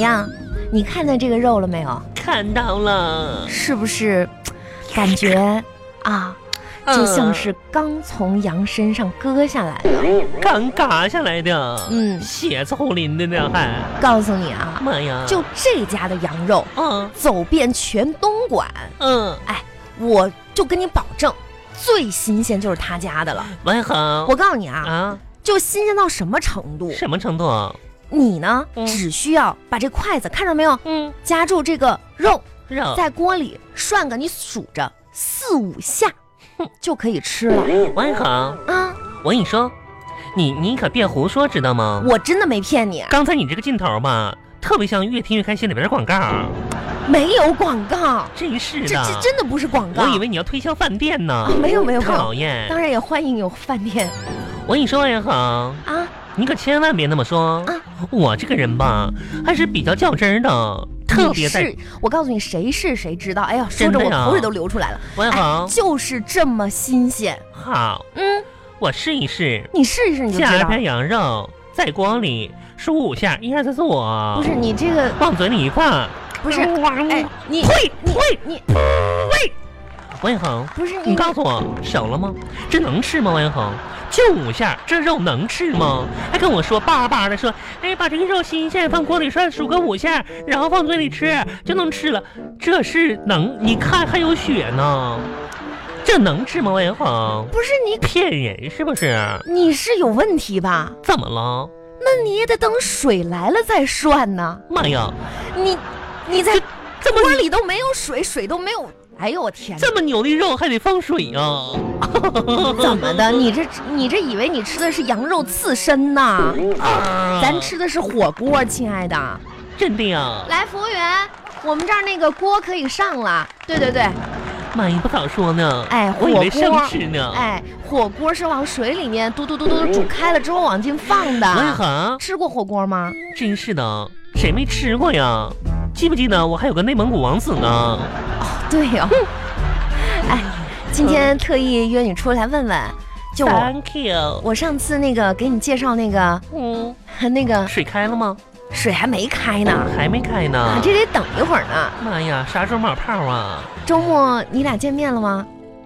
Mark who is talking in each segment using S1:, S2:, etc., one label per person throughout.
S1: 样？你看见这个肉了没有？
S2: 看到了，
S1: 是不是感觉啊，就像是刚从羊身上割下来的，
S2: 刚割下来的，血淋淋的呢，还
S1: 告诉你啊，
S2: 妈呀，
S1: 就这家的羊肉，走遍全东莞，哎，我就跟你保证，最新鲜就是他家的了。
S2: 文恒，
S1: 我告诉你啊，就新鲜到什么程度？
S2: 什么程度？
S1: 你呢，只需要把这筷子看到没有？夹住这个肉，在锅里涮个，你数着4、5下，就可以吃了。
S2: 文恒啊，我跟你说，你可别胡说，知道吗？
S1: 我真的没骗你。
S2: 刚才你这个劲头吧，特别像越听越开心里边的广告。
S1: 没有广告，
S2: 真是的，
S1: 这真的不是广告。
S2: 我以为你要推销饭店呢。
S1: 没有，
S2: 讨厌。
S1: 当然也欢迎有饭店。
S2: 我跟你说，文恒
S1: 啊，
S2: 你可千万别那么说啊！我这个人吧，还是比较较真的，特别在。
S1: 我告诉你，谁是谁知道。哎呀，说着我口水都流出来了。
S2: 文恒，
S1: 就是这么新鲜。
S2: 好，我试一试。
S1: 你试一试，你就知道。
S2: 加一片羊肉在锅里数5下，1、2、3、4、5。
S1: 不是你这个
S2: 往嘴里一放。
S1: 不是，哎，你
S2: 文恒，
S1: 不是
S2: 你告诉我熟了吗？这能吃吗？文恒，就5下，这肉能吃吗？还跟我说巴巴的说，哎，把这个肉新鲜放锅里涮，数个5下，然后放嘴里吃就能吃了。这是能？你看还有血呢，这能吃吗？文恒，
S1: 不是你
S2: 骗人是不是？
S1: 你是有问题吧？
S2: 怎么了？
S1: 那你也得等水来了再涮呢。
S2: 妈呀，
S1: 你在锅里都没有水，水都没有。哎呦我天！
S2: 这么牛的肉还得放水呀？
S1: 怎么的？你这以为你吃的是羊肉刺身呢？咱吃的是火锅，亲爱的。
S2: 真的呀？
S1: 来，服务员，我们这儿那个锅可以上了。对。
S2: 妈呀，不早说呢！
S1: 哎，
S2: 我以为生吃呢。
S1: 哎，火锅是往水里面嘟煮开了之后往进放的。
S2: 文恒，
S1: 吃过火锅吗？
S2: 真是的，谁没吃过呀？记不记得我还有个内蒙古王子呢？
S1: 哦，对哦。哎，今天特意约你出来问问，就
S2: Thank you。
S1: 我上次那个给你介绍那个，那个
S2: 水开了吗？
S1: 水还没开呢，
S2: 还没开呢，
S1: 这得等一会儿呢。
S2: 妈呀，啥时候冒泡啊？
S1: 周末你俩见面了吗？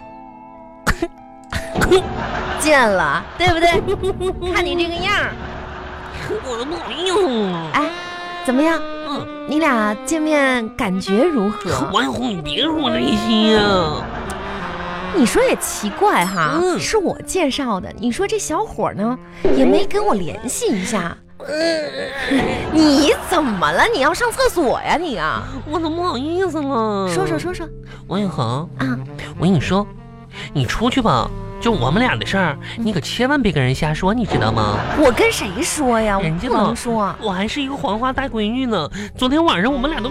S1: 见了，对不对？看你这个样儿，
S2: 我都不好意思。
S1: 哎，怎么样？你俩见面感觉如何？
S2: 文宏，你别说这些啊。
S1: 你说也奇怪哈，是我介绍的，你说这小伙呢也没跟我联系一下。你怎么了？你要上厕所呀你啊？
S2: 我都不好意思了。
S1: 说。
S2: 王永恒啊，我跟你说，你出去吧，就我们俩的事儿，你可千万别跟人瞎说，你知道吗？
S1: 我跟谁说呀？
S2: 人家
S1: 不能说，
S2: 我还是一个黄花大闺女呢。昨天晚上我们俩都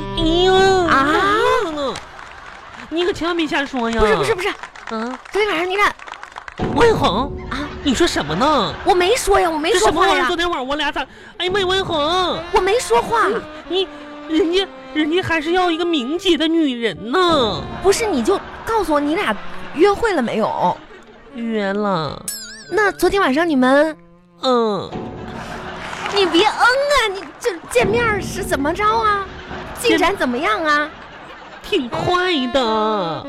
S2: 你可千万别瞎说呀！
S1: 不是，昨天晚上你俩。
S2: 文恒啊，你说什么呢？
S1: 我没说呀，我没说话呀。
S2: 昨天晚上我俩咋？哎呀妈呀，文恒，
S1: 我没说话。
S2: 人家还是要一个明洁的女人呢。
S1: 不是，你就告诉我你俩约会了没有？
S2: 约了。
S1: 那昨天晚上你们？你别啊！你这见面是怎么着啊？进展怎么样啊？
S2: 挺快的。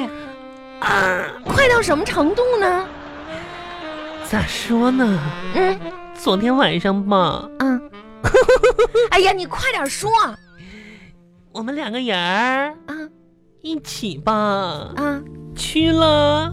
S1: 快到什么程度呢？
S2: 咋说呢？昨天晚上吧。
S1: 哎呀，你快点说。
S2: 我们2个人一起吧。去了。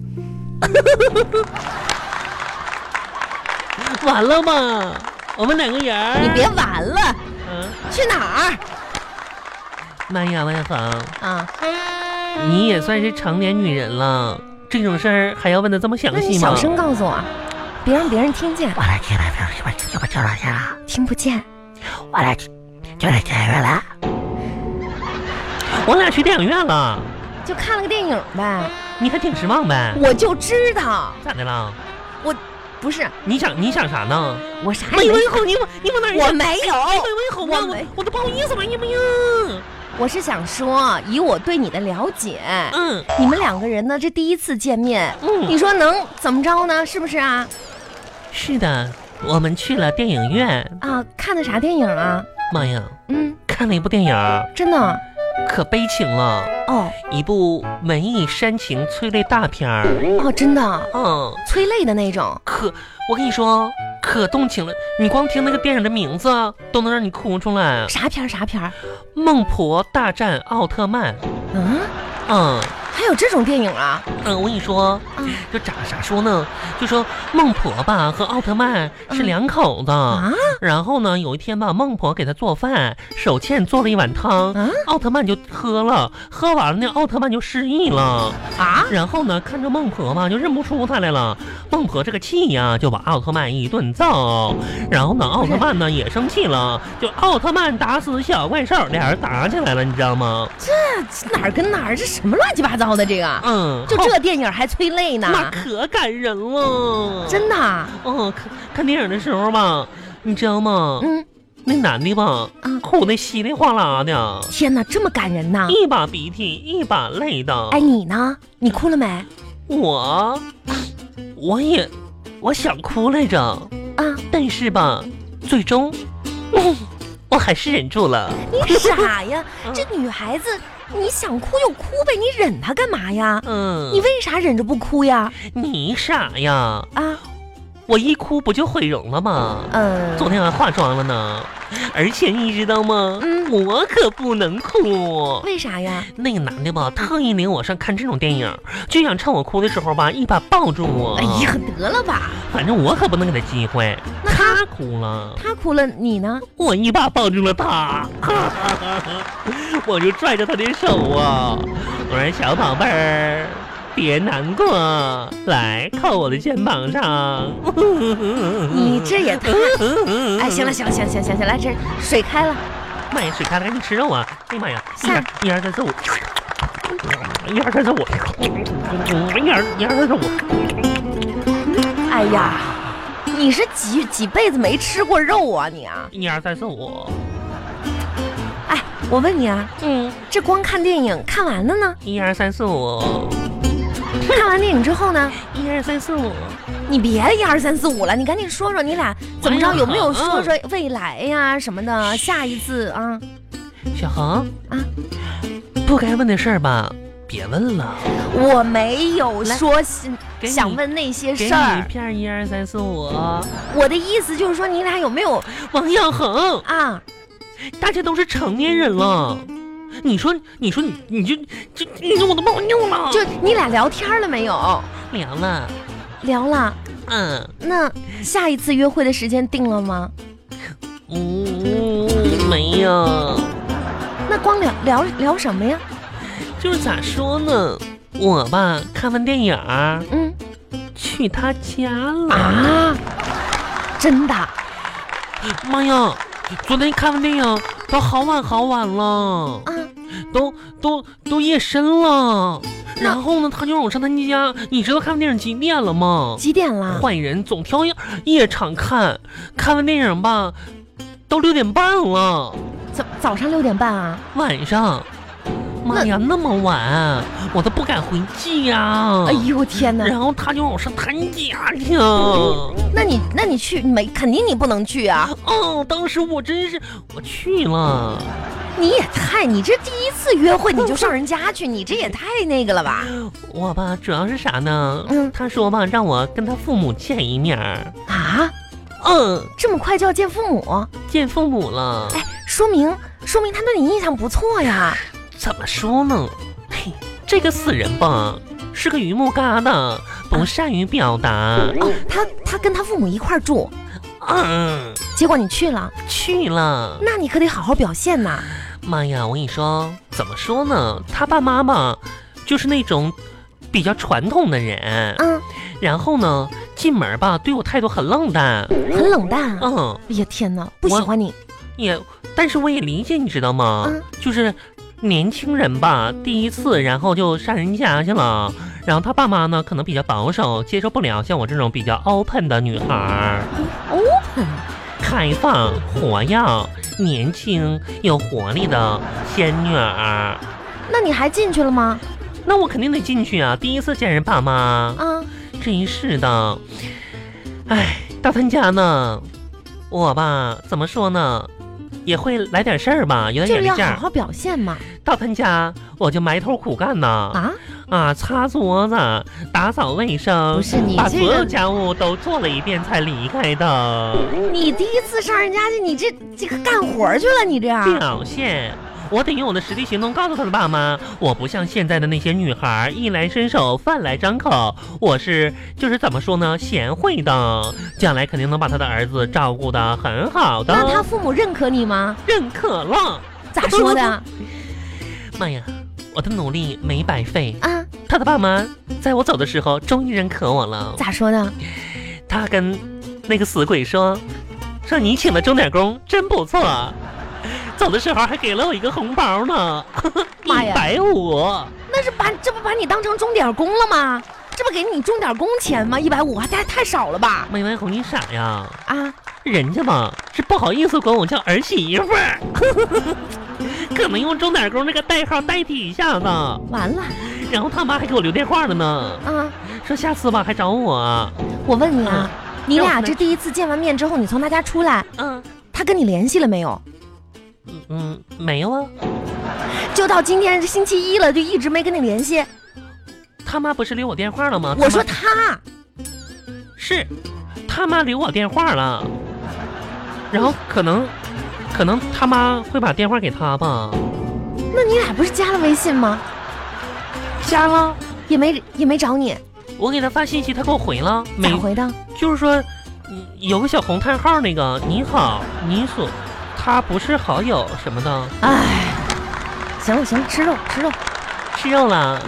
S2: 完了吧？我们2个人。
S1: 你别完了。去哪儿？
S2: 妈呀，文恒你也算是成年女人了，这种事儿还要问的这么详细吗？
S1: 那你小声告诉我，别让别人听见。
S2: 我来听了，要不叫两下？
S1: 听不见。
S2: 我来就来电影院了。我俩去电影院了，
S1: 就看了个电影呗。
S2: 你还挺失望呗？
S1: 我就知道。
S2: 咋的了？
S1: 我不是
S2: 你想啥呢？
S1: 我啥也没有。
S2: 你往哪儿？
S1: 我没有。
S2: 我都不好意思了，你们呀。
S1: 我是想说，以我对你的了解，你们2个人呢，这第一次见面，你说能怎么着呢？是不是啊？
S2: 是的，我们去了电影院
S1: 啊，看的啥电影啊？
S2: 妈呀， 看了一部电影，
S1: 真的？
S2: 可悲情了。
S1: 哦
S2: 一部文艺煽情催泪大片儿。
S1: 哦，真的，催泪的那种。
S2: 我跟你说，可动情了。你光听那个电影的名字都能让你哭出来。
S1: 啥片儿？啥片儿？
S2: 孟婆大战奥特曼。
S1: 还有这种电影啊？
S2: 我跟你说，就咋说呢？就说孟婆吧和奥特曼是两口子然后呢，有一天吧，孟婆给他做饭，手欠做了一碗汤，奥特曼就喝了，喝完了那奥特曼就失忆了然后呢，看着孟婆嘛，就认不出他来了。孟婆这个气呀，就把奥特曼一顿揍，然后呢，奥特曼呢也生气了，就奥特曼打死小怪兽，俩人打起来了，你知道吗？
S1: 这哪儿跟哪儿？这什么乱七八糟的这个？就这电影还催泪呢？
S2: 那可感人了，
S1: 真的。
S2: 看电影的时候吧，你知道吗？那男的吧，哭得稀里哗啦的。
S1: 天哪，这么感人呐！
S2: 一把鼻涕一把泪的。
S1: 哎，你呢？你哭了没？
S2: 我想哭来着但是吧，最终我还是忍住了。
S1: 你傻呀？这女孩子，你想哭就哭呗，你忍她干嘛呀？你为啥忍着不哭呀？
S2: 你傻呀？我一哭不就毁容了吗？昨天还化妆了呢，而且你知道吗？我可不能哭。
S1: 为啥呀？
S2: 那个男的吧，特意领我上看这种电影，就想趁我哭的时候吧，一把抱住我。
S1: 哎呀，得了吧！
S2: 反正我可不能给他机会。他哭了，
S1: 你呢？
S2: 我一把抱住了他，我就拽着他的手啊，我说小宝贝儿。别难过，来靠我的肩膀上。
S1: 你这也太……哎，行了，来，这水开了。
S2: 妈呀，水开了，赶紧吃肉啊！哎呀妈呀，1、2、3、4、5，1、2、3、4、5，1、2、3、4、5。
S1: 哎呀，你是几辈子没吃过肉啊你啊
S2: ？1、2、3、4、5。
S1: 哎，我问你啊，这光看电影看完了呢
S2: ？1、2、3、4、5。
S1: 看完电影之后呢
S2: ？1、2、3、4、5。
S1: 你别1、2、3、4、5了，你赶紧说说你俩怎么着？有没有说未来呀什么的？下一次啊？
S2: 小恒不该问的事儿吧，别问了。
S1: 我没有说想问那些事儿。
S2: 给你片1、2、3、4、5。
S1: 我的意思就是说，你俩有没有？
S2: 王小恒大家都是成年人了。你说你就我都冒尿了。
S1: 就你俩聊天了没有？
S2: 聊了。
S1: 那下一次约会的时间定了吗？
S2: 没有。
S1: 那光聊什么呀？
S2: 就是咋说呢，我吧看完电影去他家了
S1: 真的？
S2: 妈呀，昨天看完电影都好晚了都夜深了。然后呢，他就让我上他家。你知道看完电影几点了吗？
S1: 几点了？
S2: 坏人总挑夜场看完电影吧，都6点半了。
S1: 早上6点半啊？
S2: 晚上。妈呀，那么晚，我都不敢回家。
S1: 哎呦天哪！
S2: 然后他就让我上他家去。
S1: 那你去肯定你不能去啊。
S2: 当时我真是我去了。
S1: 你这第一次约会你就上人家去，你这也太那个了吧？
S2: 我吧主要是啥呢？他说吧让我跟他父母见一面
S1: 啊。这么快就要见父母？
S2: 见父母了。
S1: 哎，说明他对你印象不错呀。
S2: 怎么说呢？嘿，这个死人吧是个榆木疙瘩，不善于表达。
S1: 他跟他父母一块住。结果你去了。那你可得好好表现呐。
S2: 妈呀，我跟你说，怎么说呢？他爸妈嘛，就是那种比较传统的人。然后呢，进门吧，对我态度很冷淡。
S1: 很冷淡。哎呀天哪，不喜欢你。
S2: 但是我也理解，你知道吗？就是年轻人吧，第一次，然后就上人家去了。然后他爸妈呢，可能比较保守，接受不了像我这种比较 open 的女孩。
S1: open。
S2: 开放、活跃、年轻、有活力的仙女儿。
S1: 那你还进去了吗？
S2: 那我肯定得进去啊！第一次见人爸妈真是的。哎，到他家呢，我吧怎么说呢？ 也会来点事儿吧，有点
S1: 就是
S2: 眼力劲儿。
S1: 要好好表现嘛。
S2: 到他家我就埋头苦干呐，擦桌子、打扫卫生，
S1: 不是你
S2: 把
S1: 这个
S2: 所有家务都做了一遍才离开的。
S1: 你第一次上人家去，你这个干活去了，你这样
S2: 表现。我得用我的实际行动告诉他的爸妈，我不像现在的那些女孩，衣来伸手，饭来张口。我就是怎么说呢，贤惠的，将来肯定能把他的儿子照顾得很好的。
S1: 那他父母认可你吗？
S2: 认可了。
S1: 咋说的？
S2: 妈呀，我的努力没白费
S1: 啊！
S2: 他的爸妈在我走的时候终于认可我了。
S1: 咋说的？
S2: 他跟那个死鬼说你请的钟点工真不错。走的时候还给了我一个红包呢，150。
S1: 这不把你当成钟点工了吗？这不给你钟点工钱吗？150还太少了吧？
S2: 梅文红，你傻呀？
S1: 啊，
S2: 人家嘛是不好意思管我叫儿媳妇儿，可能用钟点工这个代号代替一下子。
S1: 完了，
S2: 然后他妈还给我留电话了呢，说下次吧还找我。
S1: 我问你啊，你俩这第一次见完面之后，你从他家出来，他跟你联系了没有？
S2: 没有啊，
S1: 就到今天星期一了，就一直没跟你联系。
S2: 他妈不是留我电话了吗？
S1: 我说
S2: 他妈留我电话了，然后可能他妈会把电话给他吧。
S1: 那你俩不是加了微信吗？
S2: 加了，
S1: 也没找你。
S2: 我给他发信息，他给我回了。
S1: 咋回的？
S2: 就是说有个小红叹号，那个你好，你所。他不是好友什么的。
S1: 哎，行了，吃肉了。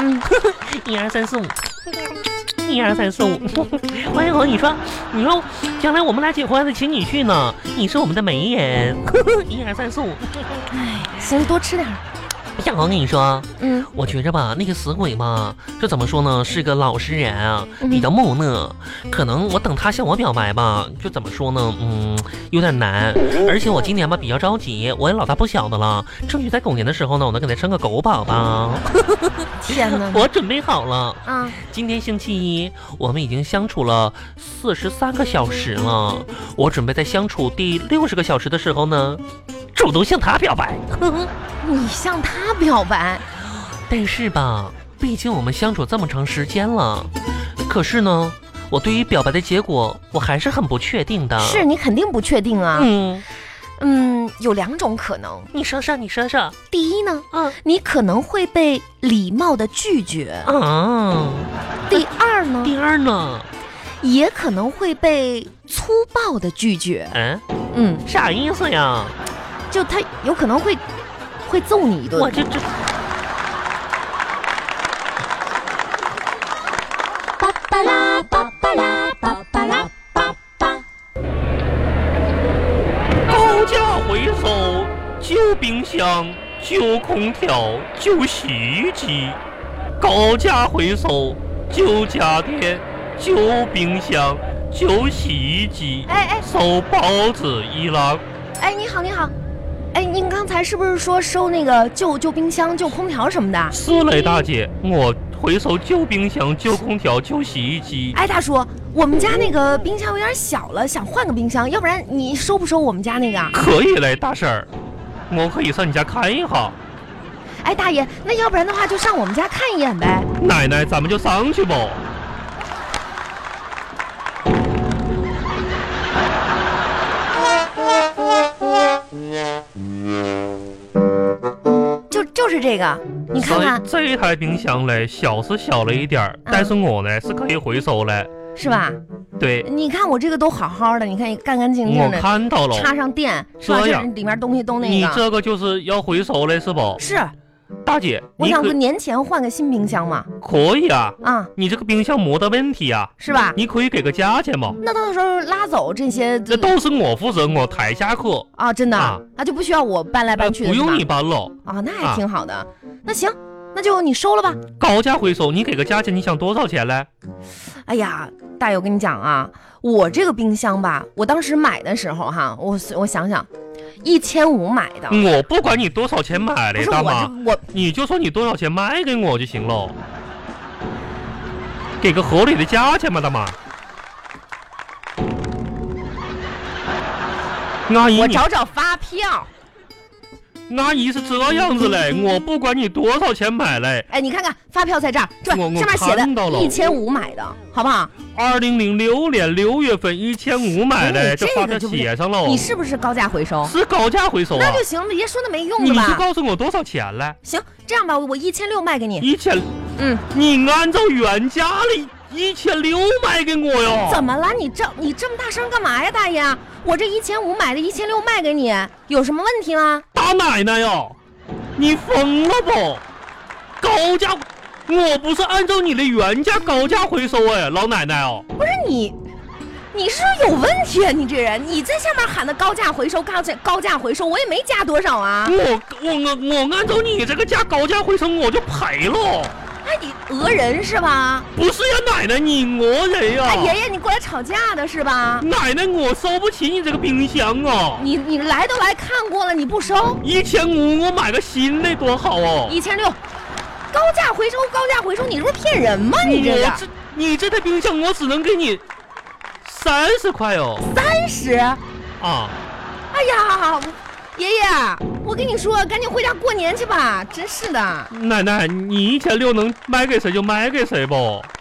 S2: 1、2、3、4、5，1、2、3、4、5。王一红，你说将来我们俩结婚还得请你去呢，你是我们的媒人。1、2、3、4、5。
S1: 哎，行，多吃点。
S2: 小红，跟你说，我觉着吧，那个死鬼吧，这怎么说呢，是个老实人啊，比较木讷，可能我等他向我表白吧，就怎么说呢，有点难。而且我今年吧比较着急，我也老大不小的了，争取在狗年的时候呢，我能给他生个狗宝宝。
S1: 天哪，
S2: 我准备好了
S1: 啊！
S2: 今天星期一，我们已经相处了43个小时了，我准备在相处第60个小时的时候呢，主动向他表白。
S1: 你向他表白？
S2: 但是吧，毕竟我们相处这么长时间了，可是呢，我对于表白的结果我还是很不确定的。
S1: 是你肯定不确定啊。有2种可能。
S2: 你说说。
S1: 第一呢，你可能会被礼貌的拒绝。第二呢，也可能会被粗暴的拒绝。
S2: 啥意思呀？
S1: 就他有可能会揍你一顿。
S2: 我这
S3: 巴巴拉巴巴拉巴巴拉巴巴。
S2: 高价回收，旧冰箱、旧空调、旧洗衣机。高价回收，旧家电、旧冰箱、旧洗衣机。收包子1篮。
S1: 你好。您刚才是不是说收那个旧冰箱、旧空调什么的？
S2: 是嘞，大姐，我回收旧冰箱、旧空调、旧洗衣机。
S1: 大叔，我们家那个冰箱有点小了，想换个冰箱，要不然你收不收我们家那个？
S2: 可以嘞，大婶儿，我可以上你家看一下。
S1: 大爷，那要不然的话就上我们家看一眼呗。
S2: 奶奶，咱们就上去吧。
S1: 就是这个，你看看
S2: 这一台冰箱嘞，小是小了一点但是我呢是可以回收嘞，
S1: 是吧？
S2: 对，
S1: 你看我这个都好好的，你看干干净净的，
S2: 我看到了，
S1: 插上电，是吧？这里面东西都那个。
S2: 你这个就是要回收嘞，是不？
S1: 是。
S2: 大姐，
S1: 我想说年前换个新冰箱嘛。
S2: 可以啊。
S1: 你
S2: 这个冰箱没得问题啊，
S1: 是吧？
S2: 你可以给个价钱嘛。
S1: 那到时候拉走这些，
S2: 这都是我负责，我抬下去
S1: 啊，真的就不需要我搬来搬去的，
S2: 不用你搬了
S1: 那还挺好的。那行，那就你收了吧。
S2: 高价回收，你给个价钱，你想多少钱嘞？
S1: 哎呀，大爷，我跟你讲啊，我这个冰箱吧，我当时买的时候哈，我想想，1500买的。
S2: 我不管你多少钱买的，大妈，你就说你多少钱卖给我就行了，给个合理的价钱嘛，大妈。阿姨，
S1: 我找发票。
S2: 阿姨是这样子嘞，我不管你多少钱买嘞。
S1: 哎，你看看发票在这儿，这上
S2: 我
S1: 面写的
S2: 看到了
S1: 1500买的，好不好
S2: ？2006年6月份1500买的，这发票写上了。
S1: 你是不是高价回收？
S2: 是高价回收啊。
S1: 那就行，别说那没用的
S2: 你
S1: 吧。
S2: 就告诉我多少钱嘞？
S1: 行，这样吧，我1600卖给你。
S2: 1000，你按照原价的1600卖给我哟。
S1: 怎么了？你这么大声干嘛呀，大爷？我这1500买的1600卖给你，有什么问题吗？
S2: 大奶奶哟，你疯了不？高价，我不是按照你的原价高价回收哎，老奶奶哦。
S1: 不是你是不是有问题啊？你这人，你在下面喊的高价回收，高价回收，我也没加多少啊。
S2: 我按照你这个价高价回收，我就赔了。
S1: 哎，你讹人是吧？
S2: 不是呀，奶奶，你讹人呀！
S1: 哎，爷爷，你过来吵架的是吧？
S2: 奶奶，我收不起你这个冰箱啊！
S1: 你来都来看过了，你不收
S2: ？1500，我买个新的多好哦
S1: ！1600，高价回收，你这不是骗人吗？
S2: 你这台冰箱我只能给你30块哦。
S1: 30？
S2: 啊！
S1: 哎呀！爷爷，我跟你说，赶紧回家过年去吧！真是的，
S2: 奶奶，你1600能卖给谁就卖给谁不？